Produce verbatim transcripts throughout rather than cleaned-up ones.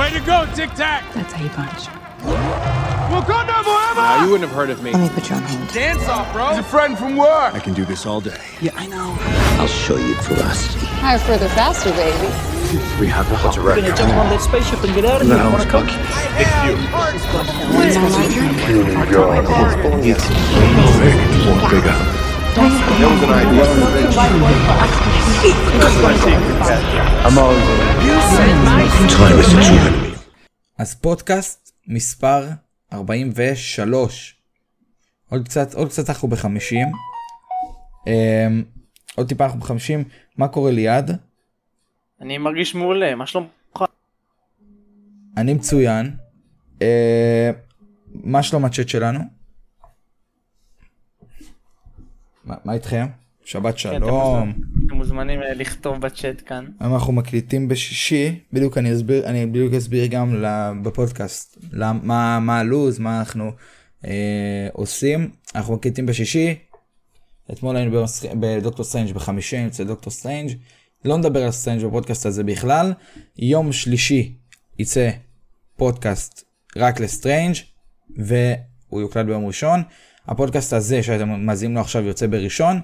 Way to go, Tic Tac! That's how you punch. Wakanda forever! Now, you wouldn't have heard of me. Let me put you on hold. Dance off, bro! He's a friend from work! I can do this all day. Yeah, I know. I'll show you ferocity. Higher, further, faster, baby. We have the what's a record. You're gonna jump on that spaceship and get out of here. You wanna cook? It's you. Bigger. There was an idea. I'm all time is the true enemy. אז פודקאסט מספר ארבעים ושלוש. עוד קצת, עוד קצת אנחנו בחמישים. אמ, עוד טיפה אנחנו בחמישים. מה קורה ליד? אני מרגיש מעולה, מה שלומך? אני מצוין. אה, מה שלום הצ'אט שלנו? מה, מה איתכם? שבת שלום. אתם מוזמנים לכתוב בצ'אט כאן. אנחנו מקליטים בשישי, בדיוק אני אסביר, אני בדיוק אסביר גם בפודקאסט, מה, מה הלוז, מה אנחנו אה, עושים. אנחנו מקליטים בשישי, אתמול היינו בדוקטור סטרנג' בחמישי, אצל דוקטור סטרנג', לא נדבר על סטרנג' בפודקאסט הזה בכלל. יום שלישי יצא פודקאסט רק לסטרנג' והוא יוקלט ביום ראשון. הפודקאסט הזה שאתם מאזינים לו עכשיו יוצא בראשון.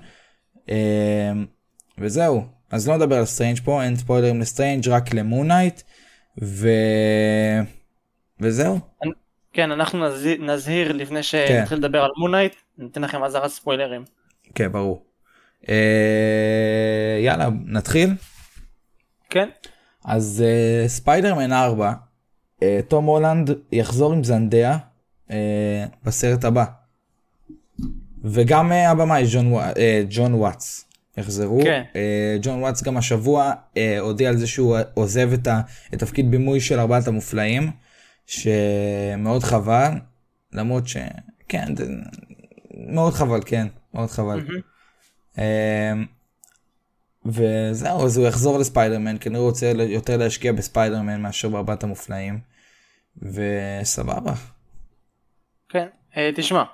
וזהו, אז לא נדבר על סטרנג' פה, אין ספוילרים לסטרנג', רק למונייט, ו... וזהו. כן, אנחנו נזהיר לפני שנתחיל לדבר על מונייט, ניתן לכם עזרת ספוילרים. כן, ברור. יאללה, נתחיל? כן. אז ספיידרמן ארבע, תום הולנד יחזור עם זנדיה בסרט הבא. וגם הבמאי ג'ון וואטס יחזרו. כן. ג'ון וואטס גם השבוע הודיע על זה שהוא עוזב את התפקיד בימוי של ארבעת המופלאים, שמאוד חבל, למרות ש... כן, מאוד חבל, כן, מאוד חבל. וזהו, אז הוא יחזור לספיידרמן, כי אני רוצה יותר להשקיע בספיידרמן מאשר בארבעת המופלאים, וסבבה. כן, תשמע.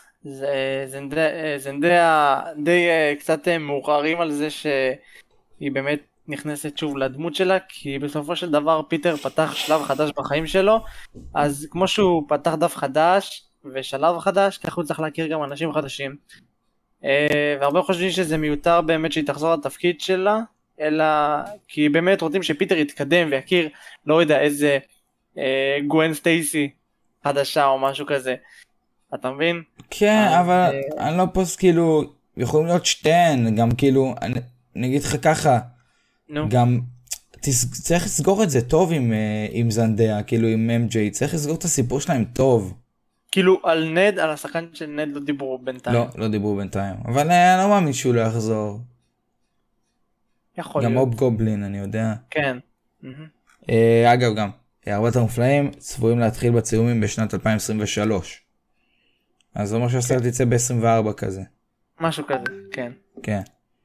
זנדיה די קצת מאוחרים על זה שהיא באמת נכנסת שוב לדמות שלה, כי בסופו של דבר פיטר פתח שלב חדש בחיים שלו, אז כמו שהוא פתח דף חדש ושלב חדש, ככה הוא צריך להכיר גם אנשים חדשים, והרבה חושבים שזה מיותר באמת שהיא תחזור לתפקיד שלה, אלא כי באמת רוצים שפיטר יתקדם ויכיר, לא יודע, איזה גווין סטייסי חדשה או משהו כזה. אתה מבין? כן, אבל אני לא פוסט, כאילו, יכולים להיות שתיהן, גם כאילו, אני אגיד לך ככה, גם צריך לסגור את זה טוב עם זנדיה, כאילו עם אם ג'יי, צריך לסגור את הסיפור שלהם טוב. כאילו על נד, על השחקן של נד לא דיברו בינתיים. לא, לא דיברו בינתיים, אבל אני לא מאמין שהוא לא יחזור. יכול להיות. גם אוב גובלין, אני יודע. כן. אגב, גם, ארבעת המופלאים צפויים להתחיל בצילומים בשנת אלפיים עשרים ושלוש. אז זה אומר שהסרט יצא ב-עשרים וארבע כזה. משהו כזה, כן. כן.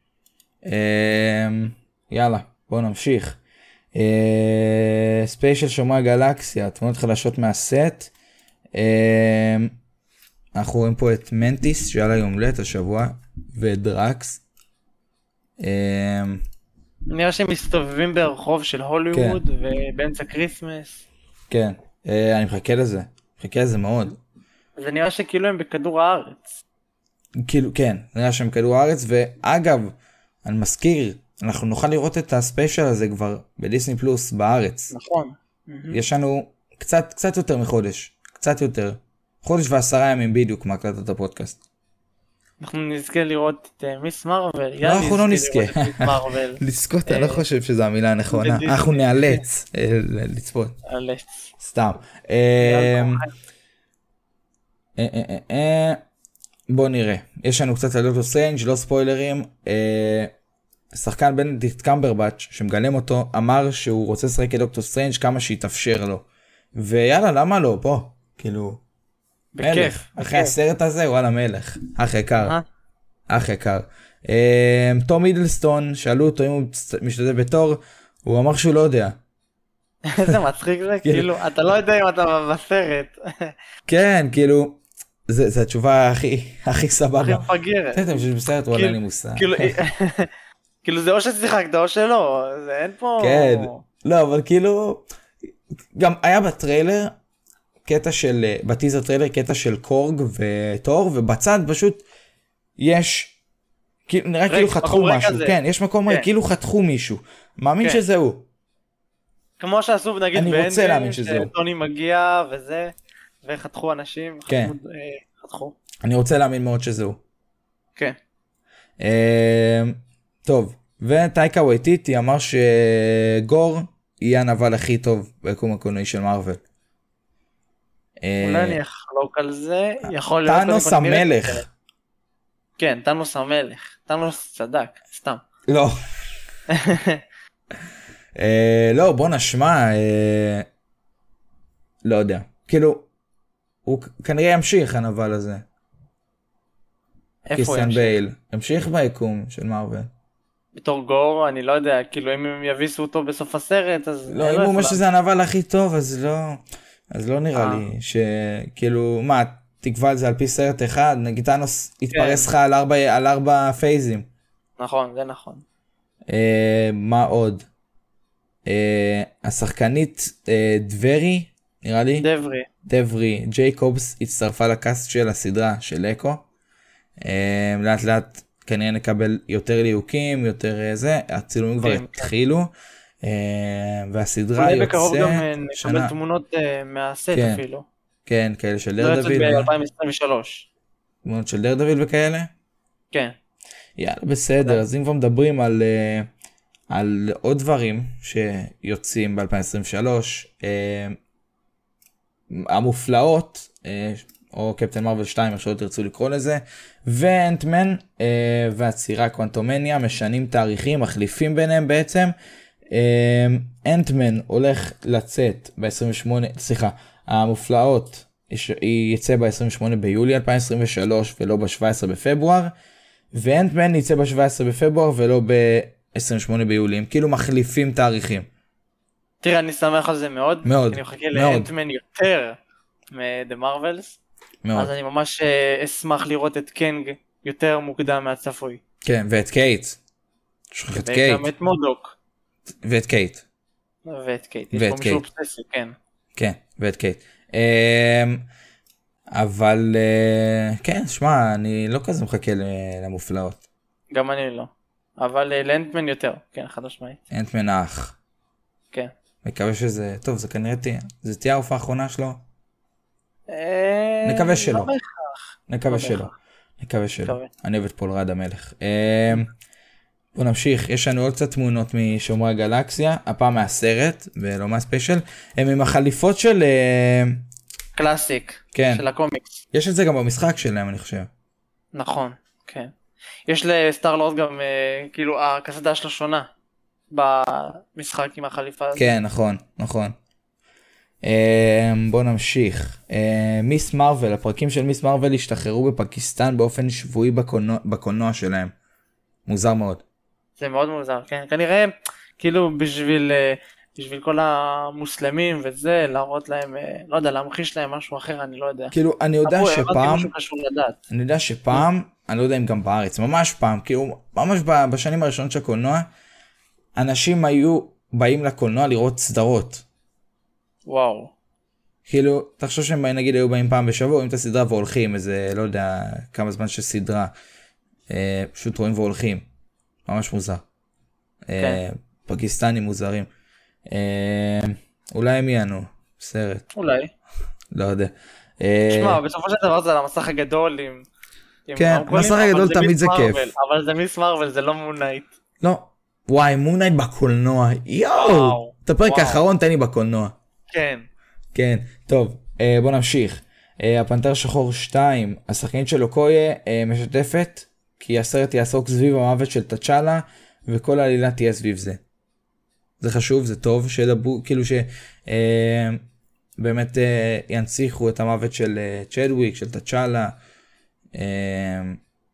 יאללה, בואו נמשיך. ספיישל שומרי הגלקסיה, תמונות חדשות מהסט. אנחנו רואים פה את מנטיס, שהיה לה יום הולדת השבוע, ואת דרקס. נראה שהם מסתובבים ברחוב של הוליווד, ובאמצע קריסמס. כן, אני מחכה לזה. מחכה לזה מאוד. זה נראה שכאילו הם בכדור הארץ. כאילו, כן, נראה שהם בכדור הארץ, ואגב, אני מזכיר, אנחנו נוכל לראות את הספיישל הזה כבר בדיסני פלוס בארץ. נכון. יש לנו קצת, קצת יותר מחודש, קצת יותר. חודש ועשרה ימים בדיוק מהקלטת הפודקאסט. אנחנו נזכה לראות את מיס מרוול. לא, אנחנו לא נזכה. לזכות, אני לא חושב שזו המילה הנכונה. אנחנו נאלץ לצפות. נאלץ. סתם. בוא נראה, יש לנו קצת על דוקטור סטרנג', לא ספוילרים. שחקן בנדיקט קמברבץ' שמגלם אותו אמר שהוא רוצה לשחק את דוקטור סטרנג' כמה שיתאפשר לו, ויאללה, למה לא? בוא, כאילו מלך, אחרי הסרט הזה וואלה מלך, אח יקר, אח יקר. תום הידלסטון, שאלו אותו אם הוא משתתף בתור, הוא אמר שהוא לא יודע. איזה מצחיק זה, כאילו, אתה לא יודע אם אתה בסרט. כן, כאילו, זו התשובה הכי, הכי סבבה. הכי מפגרת. אתם שיש בסרט, וואלה, אין לי מושג. כאילו, זה או ששיחקת או שלא, זה אין פה... כן, לא, אבל כאילו, גם היה בטריילר, קטע של, בטיזר טריילר, קטע של קורג וטור, ובצד פשוט יש, נראה כאילו חתכו משהו, כן, יש מקום ריק, כאילו חתכו מישהו, מאמין שזה הוא. כמו שעשו נגיד אני רוצה להאמין שזה הוא. טוני מגיע וזה, וחתכו אנשים, חתכו. אני רוצה להאמין מאוד שזה הוא. כן. טוב, וטייקה וייטיטי אמר שגור יהיה הנבל הכי טוב ביקום הקולנועי של מארוול. אולי אני אחלוק על זה, יכול להיות... טאנוס המלך. כן, טאנוס המלך. טאנוס צדק, סתם. לא. לא, בוא נשמע. לא יודע. כאילו, הוא כנראה ימשיך הנבל הזה. איפה הוא ימשיך? בייל. ימשיך ביקום של מארוול. בתור גור, אני לא יודע, כאילו אם הם יביסו אותו בסוף הסרט, אז... לא, אם הוא אומר שזה הנבל הכי טוב, אז לא... אז לא נראה לי שכאילו, מה, תקבע על זה על פי סרט אחד, נגיד טאנוס יתפרס לך על ארבע, על ארבע פייזים. נכון, זה נכון. מה עוד? השחקנית דברי, נראה לי? דברי. דברי, ג'ייקובס הצטרפה לקאסט של הסדרה של אקו. לאט לאט כנראה נקבל יותר ליהוקים, יותר זה, הצילומים כבר התחילו. והסדרה יוצא... אולי בקרוב גם נקבל תמונות מהסט אפילו. כן, כאלה של דרדוויל. זה יוצא ב-אלפיים עשרים ושלוש. תמונות של דרדוויל וכאלה? כן. יאללה, בסדר. אז אם כבר מדברים על, על עוד דברים שיוצאים ב-אלפיים עשרים ושלוש, המופלאות, או קפטן מרוול שתיים, איך שלא תרצו לקרוא לזה, ואנטמן והצירה קוונטומניה משנים תאריכים, מחליפים ביניהם בעצם. אנטמן הולך לצאת ב-עשרים ושמונה, סליחה, המופלאות יצא ב-עשרים ושמונה ביולי אלפיים עשרים ושלוש ולא ב-שבעה עשר בפברואר, ואנטמן יצא ב-שבעה עשר בפברואר ולא ב-עשרים ושמונה ביולי, הם כאילו מחליפים תאריכים. תראה, אני שמח על זה מאוד, מאוד, אני מחכה לאנטמן יותר מ-The Marvels, אז אני ממש אשמח לראות את קנג יותר מוקדם מהצפוי. כן, ואת קייט. ואת קייט. וגם את מודוק. ואת קייט. ואת קייט. יש פה מישהו אובססי, כן. כן, ואת קייט. אבל כן, שמע, אני לא כזה מחכה למופלאות. גם אני לא. אבל לאנטמן יותר, כן, חד משמעית. אנטמן האח. כן. מקווה שזה, טוב, זה כנראה תהיה, זה תהיה ההופעה האחרונה שלו? נקווה שלא. נקווה שלא. נקווה שלא. אני אוהב את פול רד המלך. בוא נמשיך, יש לנו עוד קצת תמונות משומרי הגלקסיה, הפעם מהסרט, ולא מהספיישל, הם עם החליפות של... קלאסיק, כן. של הקומיקס. יש את זה גם במשחק שלהם, אני חושב. נכון, כן. יש לסטאר לורד גם, כאילו, הקסדה שלו שונה, במשחק עם החליפה הזאת. כן, נכון, נכון. בוא נמשיך. מיס מרוול, הפרקים של מיס מרוול השתחררו בפקיסטן באופן שבועי בקולנוע שלהם. מוזר מאוד. זה מאוד מוזר, כן. כנראה, כאילו, בשביל, בשביל כל המוסלמים וזה, להראות להם, לא יודע, להמחיש להם משהו אחר, אני לא יודע. כאילו, אני יודע שפעם, אני יודע שפעם, אני לא יודע אם גם בארץ, ממש פעם, כאילו, ממש בשנים הראשונות של הקולנוע, אנשים היו באים לקולנוע לראות סדרות. וואו. כאילו, תחשוב שהם נגיד היו באים פעם בשבוע, רואים את הסדרה והולכים, איזה, לא יודע, כמה זמן שסדרה, אה, פשוט רואים והולכים. ממש מוזר. אה, כן. פקיסטנים מוזרים. אה, אולי הם יענו, סרט. אולי. לא יודע. תשמע, אה, בסופו של דבר זה על המסך הגדול עם... כן, המסך הגדול תמיד זה כיף. אבל זה מיס מרוול, זה לא מונייט. לא. וואי, מונייט בקולנוע. יואו! את הפרק האחרון תן לי בקולנוע. כן. כן, טוב, אה, בוא נמשיך. אה, הפנתר שחור שתיים, השחקנית של אוקויה אה, משתפת, כי הסרט יעסוק סביב המוות של תצ'אלה, וכל העלילה תהיה סביב זה. זה חשוב, זה טוב, שדבו, כאילו ש... אה, באמת אה, ינציחו את המוות של אה, צ'דוויק, של תצ'אלה, אה,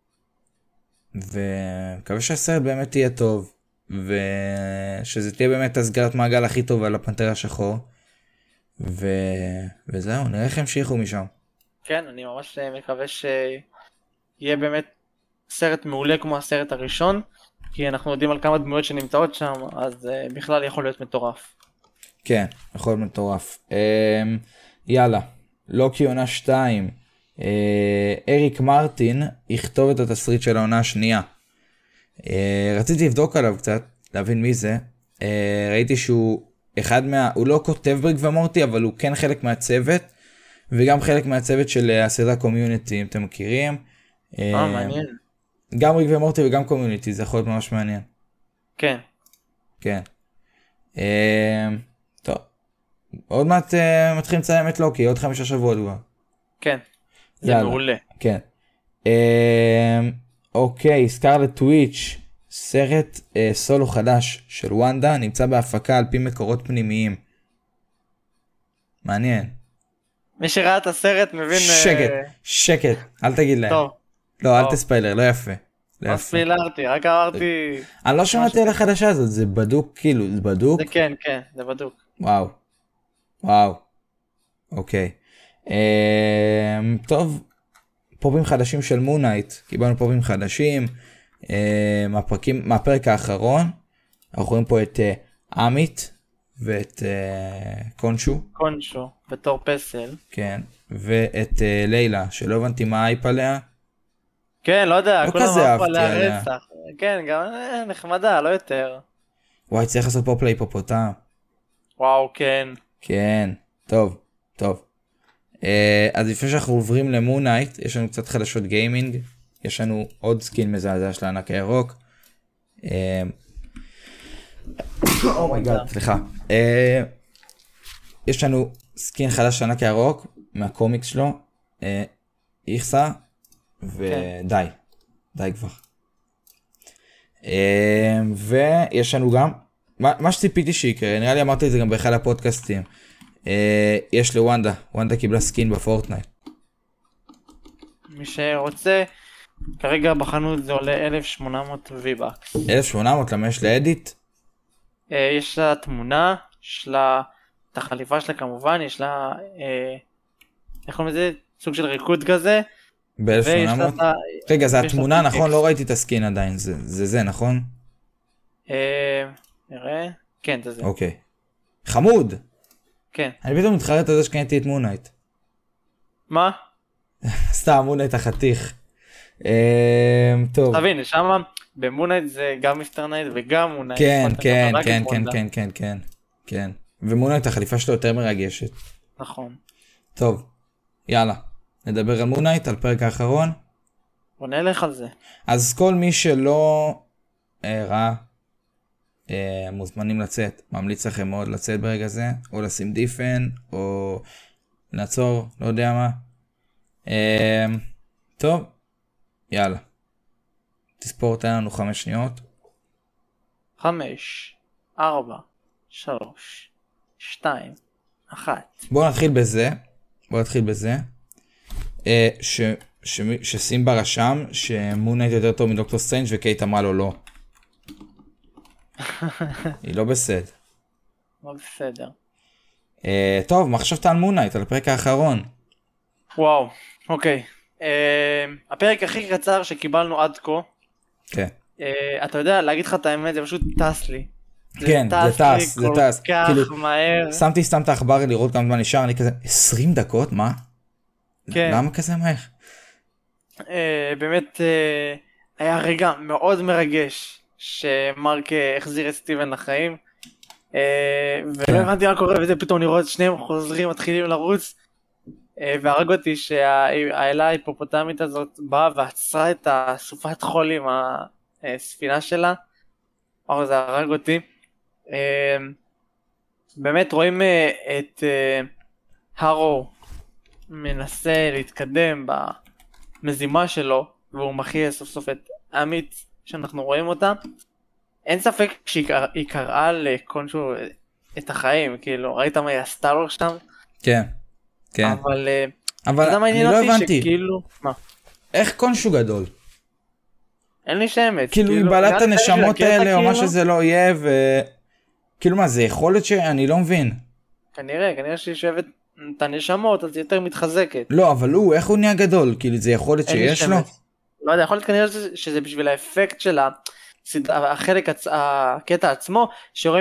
ומקווה שהסרט באמת תהיה טוב, ושזה תהיה באמת הסגרת מעגל הכי טוב על הפנתר השחור. ו... וזהו, נראה איך המשיכו משם. כן, אני ממש מקווה שיהיה באמת סרט מעולה כמו הסרט הראשון, כי אנחנו יודעים על כמה דמויות שנמצאות שם, אז בכלל יכול להיות מטורף. כן, יכול להיות מטורף. יאללה, לוקי עונה שתיים. אריק מרטין יכתוב את התסריט של העונה השנייה. רציתי לבדוק עליו קצת, להבין מי זה. ראיתי שהוא אחד מה... הוא לא כותב בריק ומורטי, אבל הוא כן חלק מהצוות, וגם חלק מהצוות של הסדרה קומיוניטי, אם אתם מכירים. אה, מעניין. גם ריק ומורטי וגם קומיוניטי, זה יכול להיות ממש מעניין. כן. כן. טוב. עוד מעט מתחילים לצלם את לוקי, עוד חמישה שבועות כבר. כן. זה מעולה. כן. אוקיי, סקרלט טוויץ', סרט סולו חדש של וונדה, נמצא בהפקה על פי מקורות פנימיים. מעניין. מי שראה את הסרט מבין... שקט, שקט, אל תגיד להם. טוב. לא, אל תספיילר, לא יפה. לא ספילרתי, רק אמרתי... אני לא שמעתי על החדשה הזאת, זה בדוק, כאילו, זה בדוק? זה כן, כן, זה בדוק. וואו. וואו. אוקיי. טוב, פופים חדשים של מונייט, קיבלנו פופים חדשים, מהפרקים, מהפרק האחרון, אנחנו רואים פה את עמית ואת קונשו. קונשו, בתור פסל. כן, ואת לילה, שלא הבנתי מה האייפ עליה. כן, לא יודע, לא כולם כזה אהבו עליה עליה. רצח. כן, גם נחמדה, לא יותר. וואי, צריך לעשות פופ להיפופוטם. וואו, כן. כן, טוב, טוב. אז לפני שאנחנו עוברים למונייט, יש לנו קצת חדשות גיימינג, יש לנו עוד סקין מזעזע של הענק הירוק. אומייגאד, סליחה. יש לנו סקין חדש של הענק הירוק, מהקומיקס שלו, איכסה, ודי, די כבר. ויש לנו גם, מה שציפיתי שיקרה, נראה לי אמרתי את זה גם באחד הפודקאסטים, יש לוונדה, וונדה קיבלה סקין בפורטנייט. מי שרוצה, כרגע בחנות זה עולה אלף שמונה מאות וי-בקס. אלף שמונה מאות, למה יש לאדיט? יש לה תמונה, יש לה את החליפה שלה כמובן, יש לה, איך קוראים לזה? סוג של ריקוד כזה. ב-אלף שמונה מאות? רגע, זה התמונה, נכון? לא ראיתי את הסקין עדיין, זה זה, נכון? נראה, כן, זה זה. אוקיי. חמוד! כן. אני פתאום מתחרט על זה שקניתי את מונייט. מה? סתם, מונייט החתיך. טוב. תבין, שמה במונייט זה גם מיסטר נייט וגם מונייט. כן, כן, כן, כן, כן, כן, כן, כן. ומונייט החליפה שלו יותר מרגשת. נכון. טוב, יאללה. נדבר על מונייט, על פרק האחרון. בוא נלך על זה. אז כל מי שלא ראה, מוזמנים לצאת. ממליץ לכם מאוד לצאת ברגע זה, או לשים דיפן, או לעצור, לא יודע מה. טוב, יאללה. תספור אותה לנו חמש שניות. חמש, ארבע, שלוש, שתיים, אחת. בואו נתחיל בזה. בואו נתחיל בזה. ש, ש, שסימבה רשם שמונייט יותר טוב מדוקטור סטרנג' וקייט אמרה לו לא. היא לא בסדר. לא בסדר. טוב, מה חשבת על מונייט, על הפרק האחרון? וואו, אוקיי. הפרק הכי קצר שקיבלנו עד כה. כן. אתה יודע, להגיד לך את האמת, זה פשוט טס לי. כן, זה טס, זה טס. כל כך מהר. שמתי סתם את העכבר לראות כמה זמן נשאר, אני כזה, עשרים דקות, מה? כן. למה כזה מהר? באמת היה רגע מאוד מרגש שמרק החזיר את סטיבן לחיים, ולא הבנתי מה קורה, וזה פתאום נראות את שניהם חוזרים, מתחילים לרוץ, והרג אותי שהאלה ההיפופוטמית הזאת באה ועצרה את הסופת חול עם הספינה שלה. וואו, זה הרג אותי. באמת רואים את הרו מנסה להתקדם במזימה שלו, והוא מכריע סוף סוף את עמית שאנחנו רואים אותה. אין ספק שהיא קראה לקונשו את החיים, כאילו ראית מה היא עשתה לו שם? כן, כן. אבל, אבל אני לא הבנתי, שכאילו, מה? איך קונשו גדול? אין לי שמץ. כאילו היא בעלת את הנשמות האלה או מה שזה לא יהיה, וכאילו מה זה יכולת שאני לא מבין. כנראה, כנראה שהיא שואבת את הנשמות, אז היא יותר מתחזקת. לא, אבל הוא, איך הוא נהיה גדול? כאילו זה יכולת שיש לו? לא יודע, יכול להיות כנראה שזה בשביל האפקט של החלק, הקטע עצמו, שרואים את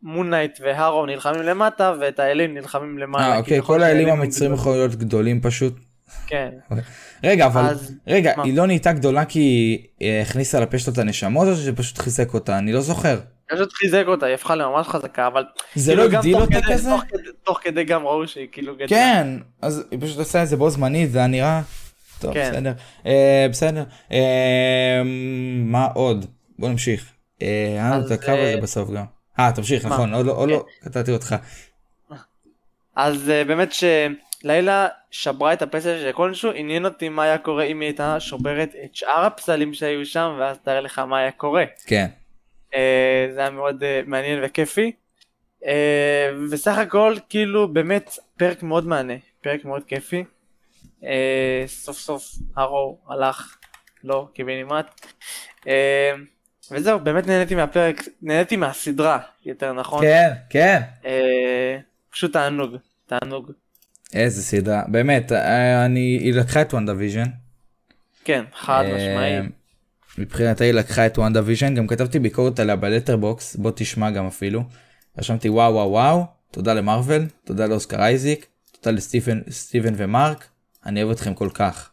מונייט והארו נלחמים למטה, ואת האלים נלחמים למעלה. אה, אוקיי, כל האלים המצרים יכולים להיות גדולים פשוט. כן. רגע, אבל, אז... רגע, מה? היא לא נהייתה גדולה כי היא הכניסה לפה שלו את הנשמות, או שפשוט חיזק אותה? אני לא זוכר. פשוט חיזק אותה, היא הפכה לממש חזקה, אבל... זה כאילו לא גם הגדיל תוך אותה כדי- כזה? תוך כדי- תוך כדי גם ראו שהיא כאילו גדלה. כן, אז היא פשוט עושה את זה בו זמנית, זה היה נראה... טוב, כן. בסדר. אה, בסדר. אה, מה עוד? בוא נמשיך. אה, היה לנו את אז, הקרב הזה אה, בסוף גם. אה, תמשיך, מה? נכון, עוד לא, עוד לא, כן. קטעתי אותך. אז uh, באמת שלילה שברה את הפסל של כלשהו, עניין אותי מה היה קורה אם היא הייתה שוברת את שאר הפסלים שהיו שם, ואז תראה לך מה היה קורה. כן. Uh, זה היה מאוד uh, מעניין וכיפי. Uh, וסך הכל כאילו באמת פרק מאוד מענה, פרק מאוד כיפי. Uh, סוף סוף הרו הלך, לא קיבינימט. Uh, וזהו, באמת נהניתי מהפרק, נהניתי מהסדרה, יותר נכון. כן, כן. Uh, פשוט תענוג, תענוג. איזה סדרה. באמת, אה, אני, היא לקחה את וונדאביז'ן. כן, חד אה, משמעי. מבחינתה היא לקחה את וונדאביז'ן, גם כתבתי ביקורת עליה בלטרבוקס, בוא תשמע גם אפילו. רשמתי וואו וואו וואו, תודה למרוול, תודה לאוסקר אייזיק, תודה לסטיבן סטיבן ומרק, אני אוהב אתכם כל כך.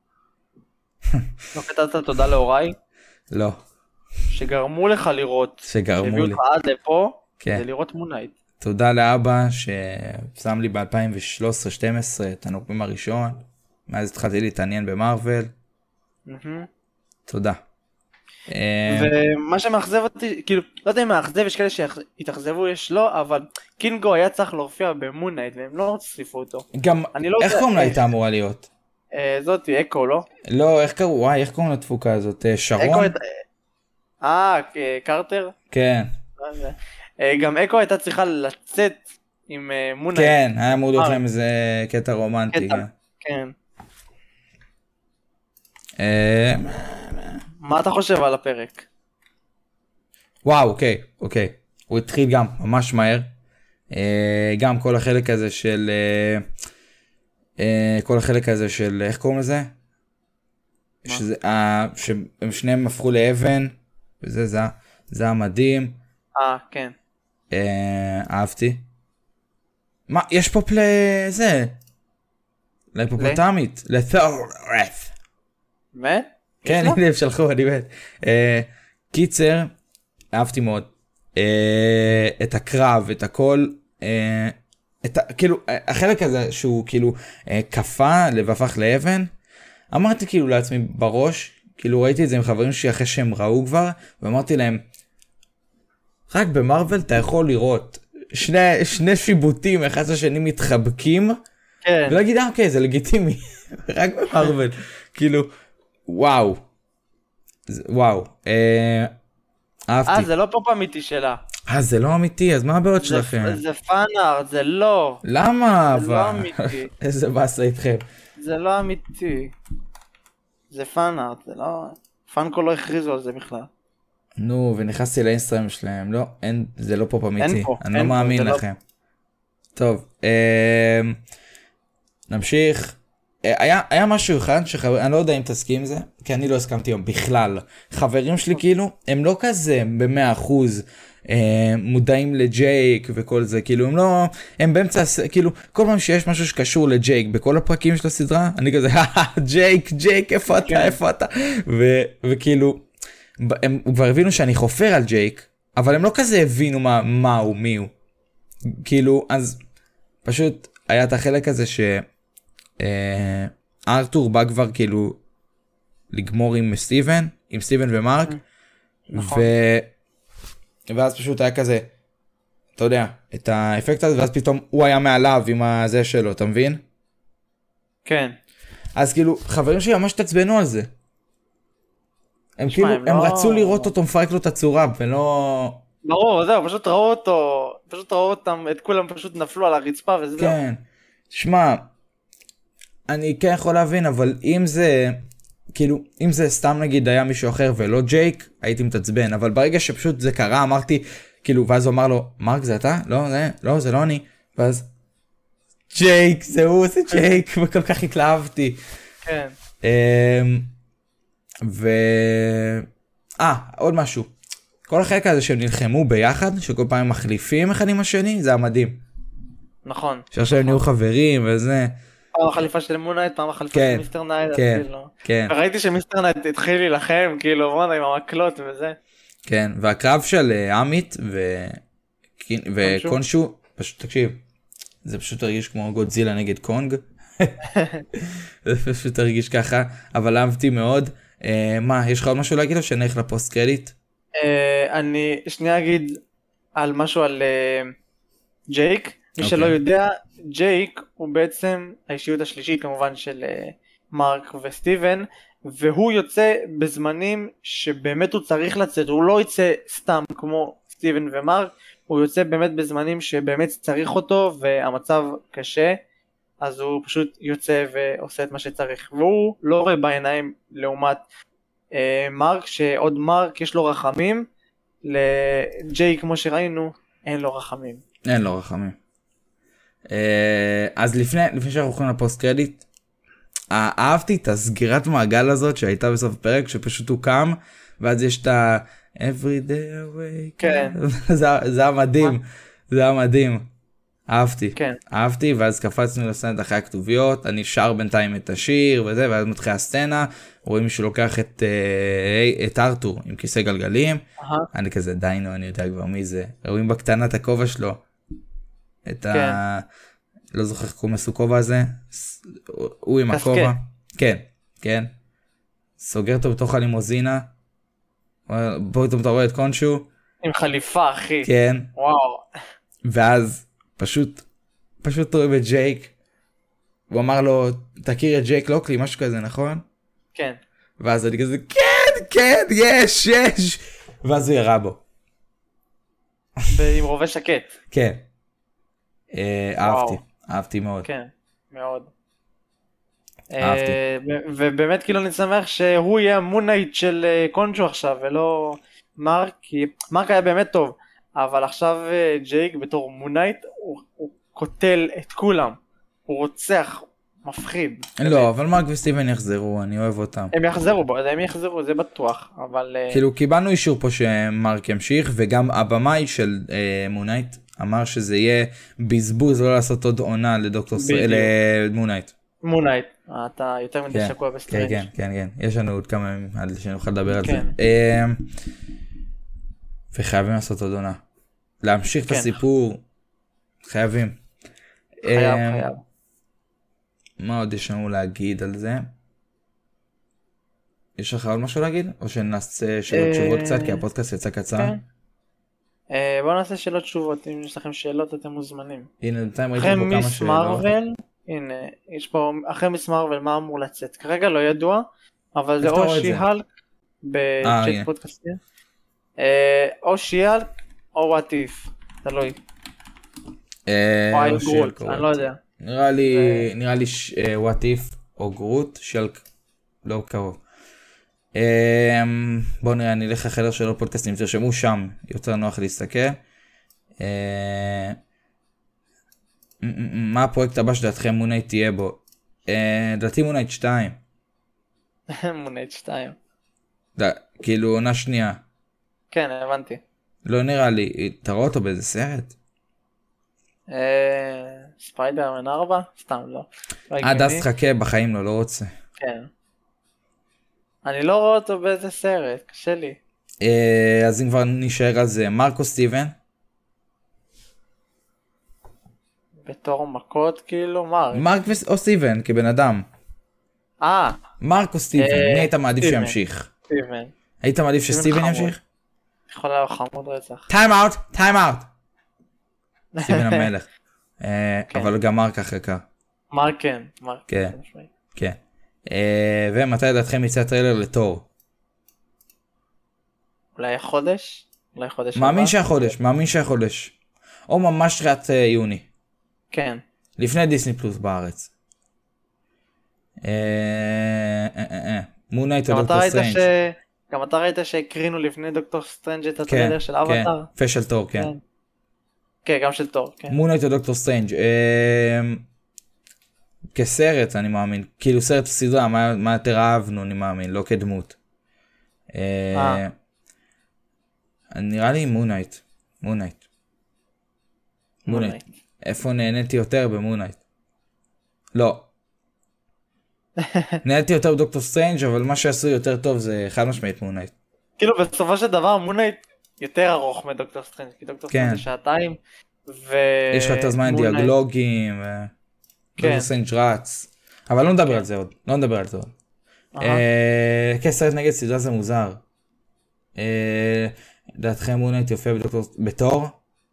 לא כתבת תודה להוריי, לא, שגרמו לך לראות, שגרמו שהביאו לי. אותך עד לפה, כן. כדי לראות מונייט. תודה לאבא ששם לי ב-אלפיים ושלוש עשרה שתים עשרה את הנוקמים הראשון, מאז התחלתי להתעניין במרוול, מהמם. תודה. אה, ומה שמאכזב אותי, כאילו, לא יודע אם מאכזב, יש כאלה שהתאכזבו, יש לא, אבל קינגו היה צריך להופיע במונייט, והם לא הוסיפו אותו. גם, אני לא איך יודע קוראים לה איך. הייתה אמורה להיות? אה, זאתי, אקו, לא? לא, איך קראו, וואי, איך קוראים לתפוקה הזאת? אה, שרון? אקו הייתה... אה, אה, קרטר? כן, אה, גם אקו הייתה צריכה לצאת עם אה, מונייט. כן, היה אמור להיות אה. להם איזה קטע רומנטי. קטע. כן. כן. אה, מה אתה חושב על הפרק? וואו, אוקיי, אוקיי. הוא התחיל גם ממש מהר. אה, גם כל החלק הזה של... אה, אה, כל החלק הזה של... איך קוראים לזה? שזה, אה, שהם שניהם הפכו לאבן, וזה, זה, זה המדהים. אה, כן. אה, אהבתי. מה, יש פה פלי... זה. להיפופוטמית. לת'ורף. באמת? כן, יש לה? הנה הם שלחו, אני מת. אה, קיצר, אהבתי מאוד. אה, את הקרב, את הכל. אה, את ה... כאילו, החלק הזה שהוא כאילו אה, קפה והפך לאבן. אמרתי כאילו לעצמי בראש, כאילו ראיתי את זה עם חברים שלי אחרי שהם ראו כבר, ואמרתי להם, רק במרוול אתה יכול לראות שני, שני שיבוטים, אחד השני מתחבקים, כן. ולהגיד, אה, אוקיי, זה לגיטימי, רק במרוול, כאילו, וואו, זה- וואו, אה, אה, אהבתי, זה לא פופ אמיתי שלה. אה, זה לא אמיתי, אז מה הבעיות זה- שלכם? זה פאנארט, זה לא. למה זה לא אבל? אמיתי. איזה באסה איתכם. זה לא אמיתי. זה פאנארט, זה לא... פאנקו לא הכריזו על זה בכלל. נו, ונכנסתי לאינסטגרם שלהם, לא, אין, זה לא פופ אמיתי, פה, אני לא אין פה, מאמין זה לא- לכם. טוב, אה, נמשיך. אה, היה, היה משהו אחד שחבר, אני לא יודע אם תסכים עם זה, כי אני לא הסכמתי היום בכלל. חברים שלי כאילו, הם לא כזה במאה אחוז אה, מודעים לג'ייק וכל זה, כאילו הם לא, הם באמצע, הס- כאילו, כל פעם שיש משהו שקשור לג'ייק בכל הפרקים של הסדרה, אני כזה, ג'ייק, ג'ייק, איפה אתה, איפה אתה, ו, וכאילו, הם כבר הבינו שאני חופר על ג'ייק, אבל הם לא כזה הבינו מה, מה הוא, מי הוא. כאילו, אז פשוט היה את החלק הזה ש... אה, ארתור בא כבר כאילו לגמור עם סטיבן, עם סטיבן ומרק, נכון. ו... ואז פשוט היה כזה, אתה יודע, את האפקט הזה, ואז פתאום הוא היה מעליו עם הזה שלו, אתה מבין? כן. אז כאילו, חברים שלי ממש תעצבנו על זה. הם שמע, כאילו, הם הם לא- רצו לראות אותו מפרק לו את הצורה, ולא... ברור, זהו, פשוט ראו אותו, פשוט ראו אותם, את כולם פשוט נפלו על הרצפה וזה זהו. כן. שמע, אני כן יכול להבין, אבל אם זה, כאילו, אם זה סתם נגיד היה מישהו אחר ולא ג'ייק, הייתי מתעצבן, אבל ברגע שפשוט זה קרה, אמרתי, כאילו, ואז הוא אמר לו, מרק זה אתה? לא, זה, לא, זה לא אני. ואז, ג'ייק, זה הוא, זה ג'ייק, וכל כך התלהבתי. כן. ו... אה, עוד משהו. כל החלק הזה שהם נלחמו ביחד, שכל פעם מחליפים אחד עם השני, זה המדהים. נכון. שעכשיו הם נהיו חברים וזה. פעם החליפה של מונייט, פעם החליפה של מיסטר נייט. כן, כן. וראיתי שמיסטר נייט התחיל להילחם, כאילו, מונה, עם המקלות וזה. כן, והקרב של עמית וקונשו, פשוט תקשיב, זה פשוט הרגיש כמו גודזילה נגד קונג. זה פשוט הרגיש ככה, אבל אהבתי מאוד. מה, יש לך עוד משהו להגיד או שנלך לפוסט קרדיט? אני שנייה אגיד על משהו על ג'ייק. מי שלא יודע, ג'ייק הוא בעצם האישיות השלישית כמובן של מרק וסטיבן, והוא יוצא בזמנים שבאמת הוא צריך לצאת, הוא לא יוצא סתם כמו סטיבן ומרק, הוא יוצא באמת בזמנים שבאמת צריך אותו והמצב קשה, אז הוא פשוט יוצא ועושה את מה שצריך, והוא לא רואה בעיניים לעומת אה, מרק, שעוד מרק יש לו רחמים, לג'ייק כמו שראינו אין לו רחמים. אין לו רחמים. אה, אז לפני, לפני שאנחנו הולכים לפוסט קרדיט, אהבתי את הסגירת מעגל הזאת שהייתה בסוף הפרק, שפשוט הוא קם, ואז יש את ה... every day away. כן. זה, זה היה מדהים, זה היה מדהים. אהבתי, כן. אהבתי, ואז קפצנו לסצנת אחרי הכתוביות, אני שר בינתיים את השיר וזה, ואז מתחילה הסצנה, רואים מישהו לוקח את, את ארתור עם כיסא גלגלים, uh-huh. אני כזה דיינו, אני יודע כבר מי זה, רואים בקטנה את הכובע שלו, את כן. ה... לא זוכר איך קוראים לסו כובע הזה, הוא עם הכובע, כן, כן, סוגר אותו בתוך הלימוזינה, בואו אתה רואה את קונשו, עם חליפה אחי, כן, וואו, ואז פשוט, פשוט רואים את ג'ייק, הוא אמר לו, תכיר את ג'ייק לוקלי, משהו כזה, נכון? כן. ואז אני כזה, כן, כן, יש, יש, ואז הוא ירה בו. ועם רובה שקט. כן. אהבתי, אהבתי מאוד. כן, מאוד. אהבתי. ובאמת כאילו אני שמח שהוא יהיה המונייט של קונג'ו עכשיו, ולא מרק, כי מרק היה באמת טוב. אבל עכשיו ג'ייק בתור מונייט הוא, הוא קוטל את כולם, הוא רוצח, מפחיד. לא, אבל מרק וסטיבן יחזרו, אני אוהב אותם. הם יחזרו, הם יחזרו, זה בטוח, אבל... כאילו קיבלנו אישור פה שמרק ימשיך, וגם הבמאי של אה, מונייט אמר שזה יהיה בזבוז לא לעשות עוד עונה לדוקטור סטרנג' למונייט. מונייט, אתה יותר מדי שקוע בסטרנג'. כן, כן, כן, יש לנו עוד כמה ימים עד שנוכל לדבר על זה. וחייבים לעשות עוד עונה. להמשיך את הסיפור, חייבים. חייב, חייב. מה עוד יש לנו להגיד על זה? יש לך עוד משהו להגיד? או שנעשה שאלות תשובות קצת, כי הפודקאסט יצא קצר? בואו נעשה שאלות תשובות, אם יש לכם שאלות אתם מוזמנים. הנה, בינתיים ראיתי פה כמה שאלות. מרוול, הנה, יש פה, אחרי מיס מרוול מה אמור לצאת? כרגע לא ידוע, אבל זה או שי-הלק, בצ'אט פודקאסטים. או שי-הלק, או וואט איף, תלוי. או איי גרוט, אני לא יודע. נראה לי, נראה לי וואט איף או גרוט, שלק, לא קרוב. בואו נראה, אני אלך לחדר של הפודקאסטים, תרשמו שם, יותר נוח להסתכל. מה הפרויקט הבא שדעתכם מונייט תהיה בו? דעתי מונייט שתיים. מונייט שתיים. כאילו עונה שנייה. כן, הבנתי. לא נראה לי, תראו אותו באיזה סרט? ספיידרמן ארבע? סתם לא. עד אז תחכה, בחיים לא, לא רוצה. כן. אני לא רואה אותו באיזה סרט, קשה לי. אז אם כבר נשאר על זה, מרקו סטיבן? בתור מכות כאילו, מרק. מרק או סטיבן, כבן אדם. אה. מרקו סטיבן, מי היית מעדיף שימשיך? סטיבן. היית מעדיף שסטיבן ימשיך? יכולה להיות חמוד רצח. טיים אאוט, טיים אאוט. סטיבן המלך. אבל גם מרק אחר כך. מרק כן. כן, כן. ומתי לדעתכם יצא טריילר לתור? אולי חודש? אולי חודש. מאמין שהחודש, מאמין שהחודש. או ממש תחילת יוני. כן. לפני דיסני פלוס בארץ. מונייט או דוקטור סטרנג'. גם אתה ראית שהקרינו לפני דוקטור סטרנג' את הטריילר של אבטאר? כן, של תור, כן. כן, גם של תור, כן. מונייט או דוקטור סטרנג'. כסרט אני מאמין, כאילו סרט סדרה, מה, מה יותר אהבנו אני מאמין, לא כדמות. נראה לי מונייט. מונייט. מונייט. איפה נהניתי יותר במונייט? לא. נהניתי יותר בדוקטור סטרנג' אבל מה שעשו יותר טוב זה חד משמעית מונייט. כאילו בסופו של דבר מונייט יותר ארוך מדוקטור סטרנג', כי דוקטור סטרנג' זה שעתיים, ו... יש לך יותר זמן דיאלוגים, דוקטור סטרנג' רץ. אבל לא נדבר על זה עוד, לא נדבר על זה עוד. כן, סרט נגד סדרה זה מוזר. לדעתכם מונייט יופיע בתור?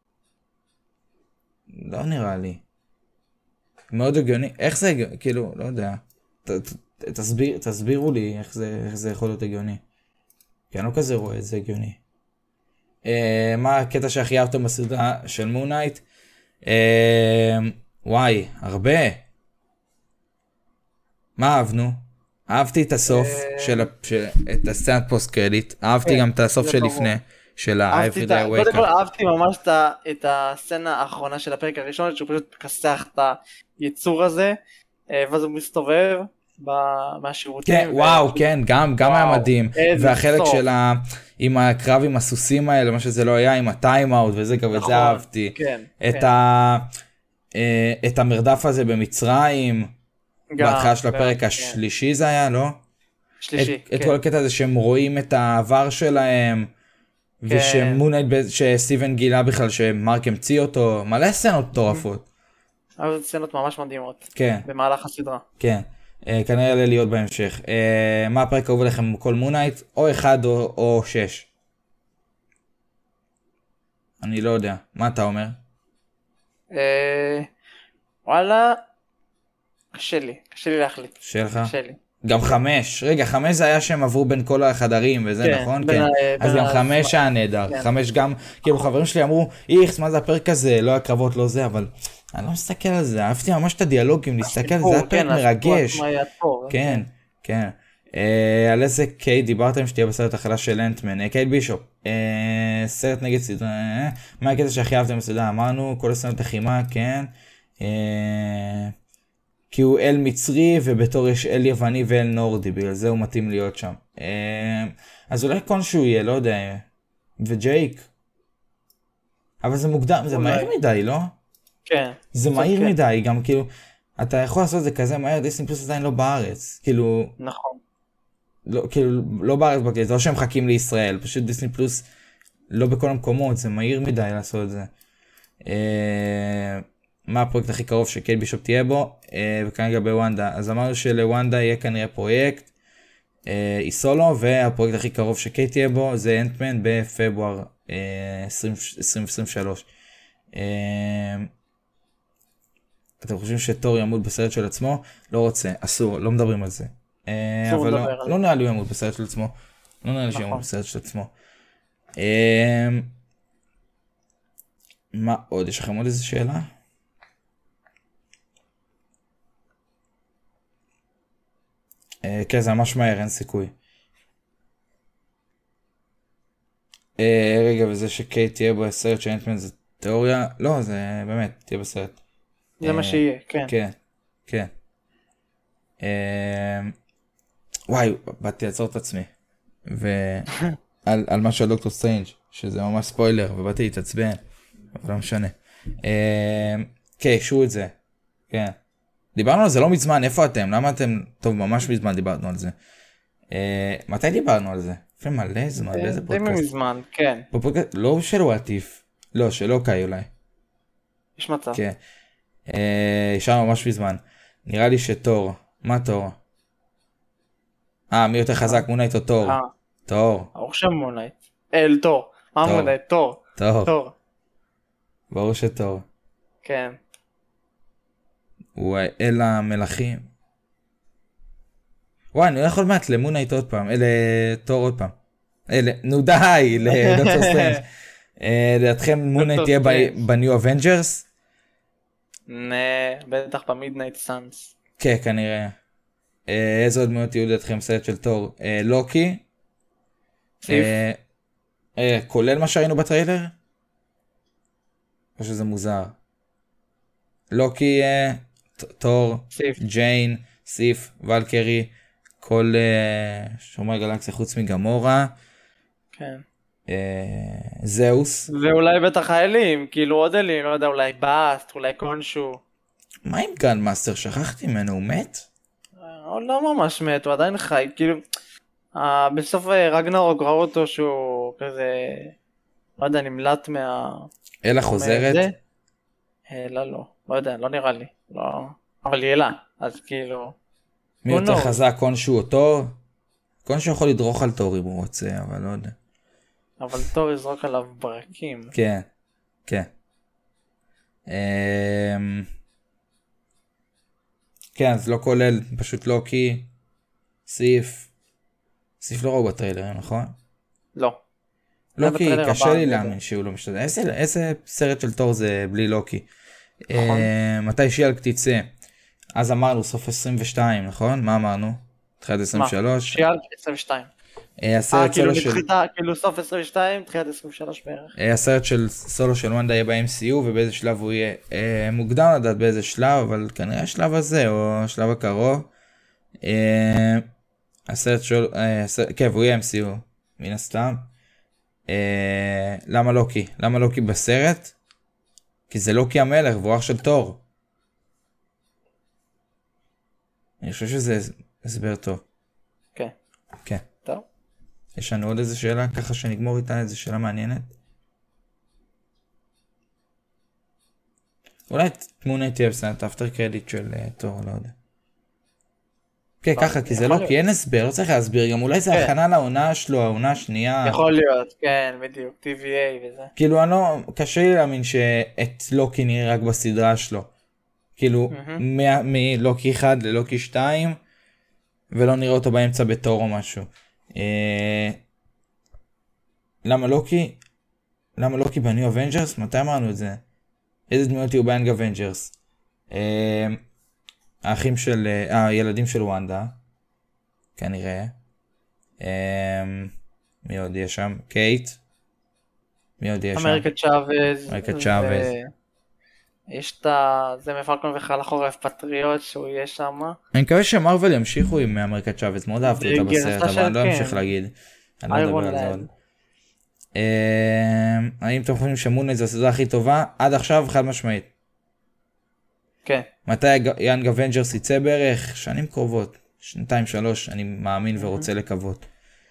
לא נראה לי. מאוד הגיוני. איך זה הגיוני? כאילו, לא יודע. תסבירו לי איך זה יכול להיות הגיוני. כי אני לא כזה רואה את זה הגיוני. מה הקטע שהכי אהבתם בסדרה של מונייט? וואי, הרבה. מה אהבנו? אהבתי את הסוף של את הסצנת פוסט קרדיט. אהבתי גם את הסוף של לפני. של ה-Everyday Wake Up. אהבתי ממש את הסצנה האחרונה של הפרק הראשון, שהוא פשוט כסח את היצור הזה, ואז הוא מסתובב מהשירותים. כן, וואו, כן, גם היה מדהים. והחלק של עם הקרב עם הסוסים האלה, מה שזה לא היה, עם הטיים-אאוט וזה, גם את זה אהבתי. את המרדף הזה במצרים, בהתחלה של הפרק השלישי זה היה, לא? שלישי, כן. את כל הקטע הזה שהם רואים את העבר שלהם, ושמונייט, שסטיבן גילה בכלל שמרק המציא אותו, מלא סצנות מטורפות. אבל סצנות ממש מדהימות. כן. במהלך הסדרה. כן. כנראה יעלה להיות בהמשך. מה הפרק אהוב לכם כל מונייט? או אחד או שש? אני לא יודע. מה אתה אומר? וואלה, קשה לי. קשה לי להחליט. קשה לך? קשה לי. גם חמש, רגע, חמש זה היה שהם עברו בין כל החדרים וזה, כן, נכון? בין כן. ה... אז בין גם ה... חמש היה נהדר, כן. חמש גם, כאילו חברים שלי אמרו, איכס, מה זה הפרק הזה, לא הקרבות, לא זה, אבל אני לא מסתכל על זה, אהבתי ממש את הדיאלוגים, להסתכל על זה, זה היה פרק מרגש. כן, כן. אה, על איזה קייט דיברתם שתהיה בסרט החדש של אנטמן, קייט בישופ, אה, סרט נגד סדרה, אה, מה הקטע שהכי אהבתם בסדרה? אמרנו, כל הסצנות לחימה, כן. אה... כי הוא אל מצרי, ובתור יש אל יווני ואל נורדי, בגלל זה הוא מתאים להיות שם. אז אולי כלשהו יהיה, לא יודע, וג'ייק. אבל זה מוקדם, זה מהיר מדי, לא? כן. זה מהיר מדי, גם כאילו, אתה יכול לעשות את זה כזה מהר, דיסני פלוס עדיין לא בארץ. כאילו... נכון. לא, כאילו, לא בארץ בגלל, זה לא שהם מחכים לישראל, פשוט דיסני פלוס לא בכל המקומות, זה מהיר מדי לעשות את זה. מה הפרויקט הכי קרוב שקייט בישופ תהיה בו, וכרגע בוונדה, אז אמרנו שלוונדה יהיה כנראה פרויקט, היא סולו, והפרויקט הכי קרוב שקייט תהיה בו זה אנטמן בפברואר עשרים עשרים ושלוש. אתם חושבים שתור ימות בסרט של עצמו? לא רוצה, אסור, לא מדברים על זה. אבל לא נראה לי ימות בסרט של עצמו, לא נראה לי שימות בסרט של עצמו. מה עוד? יש לכם עוד איזה שאלה? כן, זה ממש מהר, אין סיכוי. רגע, וזה שקייט תהיה בסרט שאנטמן זה תיאוריה? לא, זה באמת, תהיה בסרט. זה מה שיהיה, כן. כן, כן. וואי, באתי לעצור את עצמי. ועל מה של דוקטור סטרנג', שזה ממש ספוילר, ובאתי להתעצבן, אבל לא משנה. כן, קשו את זה. כן. דיברנו על זה לא מזמן, איפה אתם? למה אתם... טוב, ממש מזמן דיברנו על זה. מתי דיברנו על זה? לפני מלא זמן, באיזה פודקאסט? די מזמן, כן. בפודקאסט, לא של וואטיף. לא, של אוקיי אולי. יש מצב. כן. ישר ממש מזמן. נראה לי שתור. מה תור? אה, מי יותר חזק, מונייט או תור? תור. ברור שם מונייט. אל תור. מה מונייט? תור. תור. ברור שתור. כן. הוא אל המלאכים. וואי, אני הולך עוד מעט למונייט עוד פעם, אלה תור עוד פעם. אלה, נו די, לדוקטור סטרנג'. לדעתכם מונייט תהיה בניו אבנג'רס? בטח במידנייט סאנס. כן, כנראה. איזה עוד דמויות יהיו לדעתכם סרט של תור? לוקי? סיף. כולל מה שראינו בטריילר? או שזה מוזר? לוקי, תור, ג'יין, סיף, ולקרי, כל שומר גלקסיה חוץ מגמורה. כן. זהוס. ואולי בטח האלים, כאילו עוד אלים, לא יודע, אולי באסט, אולי קונשו. מה עם גרנדמאסטר? שכחתי ממנו, הוא מת? הוא לא ממש מת, הוא עדיין חי, כאילו, אה, בסוף רגנרוק ראו אותו שהוא כזה, לא יודע, נמלט מה... אלה חוזרת? מזה. אלה לא, לא יודע, לא נראה לי, לא, אבל היא אלה, אז כאילו... מי יותר חזק, קונשו או תור? קונשו יכול לדרוך על תור אם הוא רוצה, אבל לא יודע. אבל תור יזרוק עליו ברקים. כן, כן. כן, אז לא כולל, פשוט לוקי, סיף. סיף לא ראו בטריילרים, נכון? לא. לוקי, קשה לי להאמין שהוא לא משתתף. איזה, איזה סרט של תור זה בלי לוקי? נכון. מתי שיאלק תצא? אז אמרנו סוף עשרים ושתיים, נכון? מה אמרנו? תחילת עשרים ושלוש? שיאלק עשרים ושתיים. הסרט כאילו סולו של... מתחילה, כאילו סוף עשרים ושתיים, תחילת עשרים ושלוש בערך. הסרט של סולו של וונדה יהיה ב-אם סי יו, ובאיזה שלב הוא יהיה מוקדם לדעת באיזה שלב, אבל כנראה השלב הזה, או השלב הקרוב. הסרט של... כן, והוא יהיה אם סי יו, מן הסתם. למה לוקי? למה לוקי בסרט? כי זה לוקי המלך, והוא אח של תור. אני חושב שזה הסבר טוב. כן. כן. טוב. יש לנו עוד איזה שאלה, ככה שנגמור איתה, איזה שאלה מעניינת. אולי תמונה תהיה בסרט אפטר קרדיט של תור, לא יודע. כן, ככה, כי זה לא, כי אין הסבר, לא צריך להסביר, גם אולי זה הכנה לעונה שלו, העונה השנייה. יכול להיות, כן, בדיוק, טי וי איי וזה. כאילו, אני לא, קשה לי להאמין שאת לוקי נראה רק בסדרה שלו. כאילו, מלוקי אחד ללוקי שתיים, ולא נראה אותו באמצע בתור או משהו. למה לוקי? למה לוקי בניו אבנג'רס? מתי אמרנו את זה? איזה דמויות יהיו ביאנג אבנג'רס? האחים של, הילדים של וונדה, כנראה. מי עוד יש שם? קייט. מי עוד יש שם? אמריקה צ'אבז. אמריקה צ'אבז. יש את ה... זה מפלקון וחל החורף פטריוט שהוא יהיה שם. אני מקווה שמרוול ימשיכו עם אמריקה צ'אבז, מאוד אהבתי אותה בסרט, אבל אני לא אמשיך להגיד. אני לא אדבר על זה עוד. האם אתם חושבים שמונה זה הסדרה הכי טובה? עד עכשיו חד משמעית. כן. מתי יאנג אבנג'רס יצא בערך? שנים קרובות, שנתיים שלוש, אני מאמין ורוצה לקוות.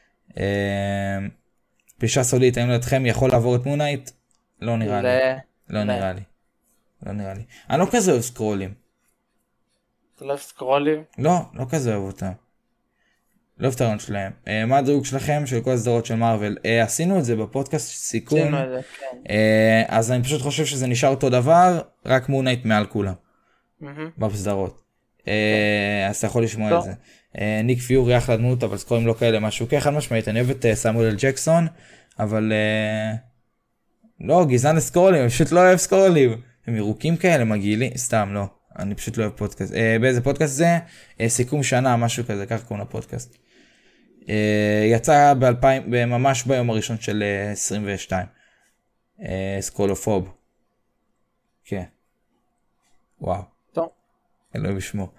פלישה סודית, האם לדעתכם יכול לעבור את מונייט? לא נראה לי. לא נראה לי. לא נראה לי. אני לא כזה אוהב סקרולים. אתה לא אוהב סקרולים? לא, לא כזה אוהב אותם. לא אוהב את הרעיון שלהם. מה הדירוג שלכם של כל הסדרות של מארוול? עשינו את זה בפודקאסט סיכום. עשינו את זה, כן. אז אני פשוט חושב שזה נשאר אותו דבר, רק מונייט מעל כולם. בסדרות. אז אתה יכול לשמוע את זה. ניק פיורי אחלה דמות, אבל סקרולים לא כאלה משהו. כן, חד משמעית, אני אוהב את סמואל אל ג'קסון, אבל לא, גזען לסקרולים, אני פשוט לא אוהב סקרולים. הם ירוקים כאלה, מגעילים, סתם לא. אני פשוט לא אוהב פודקאסט. באיזה פודקאסט זה? סיכום שנה, משהו כזה, כך קוראים לפודקאסט. יצא ב-אלפיים, ממש ביום הראשון של עשרים ושתיים. סקרולופוב. כן. וואו. טוב. אלוהים ישמור.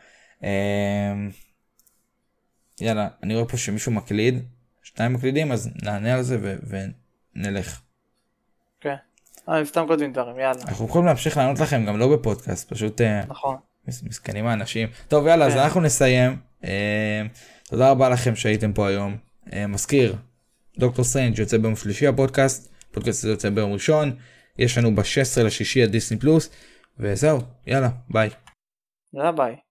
יאללה, אני רואה פה שמישהו מקליד, שניים מקלידים, אז נענה על זה ונלך. כן. אה, סתם כותבים דברים, יאללה. אנחנו יכולים להמשיך לענות לכם גם לא בפודקאסט, פשוט נכון. מסכנים האנשים. טוב, יאללה, אז אנחנו נסיים. תודה רבה לכם שהייתם פה היום. מזכיר, דוקטור סטרנג' יוצא ביום שלישי הפודקאסט, הפודקאסט הזה יוצא ביום ראשון, יש לנו ב-שישה עשר לשישי על דיסני פלוס, וזהו, יאללה, ביי. יאללה, ביי.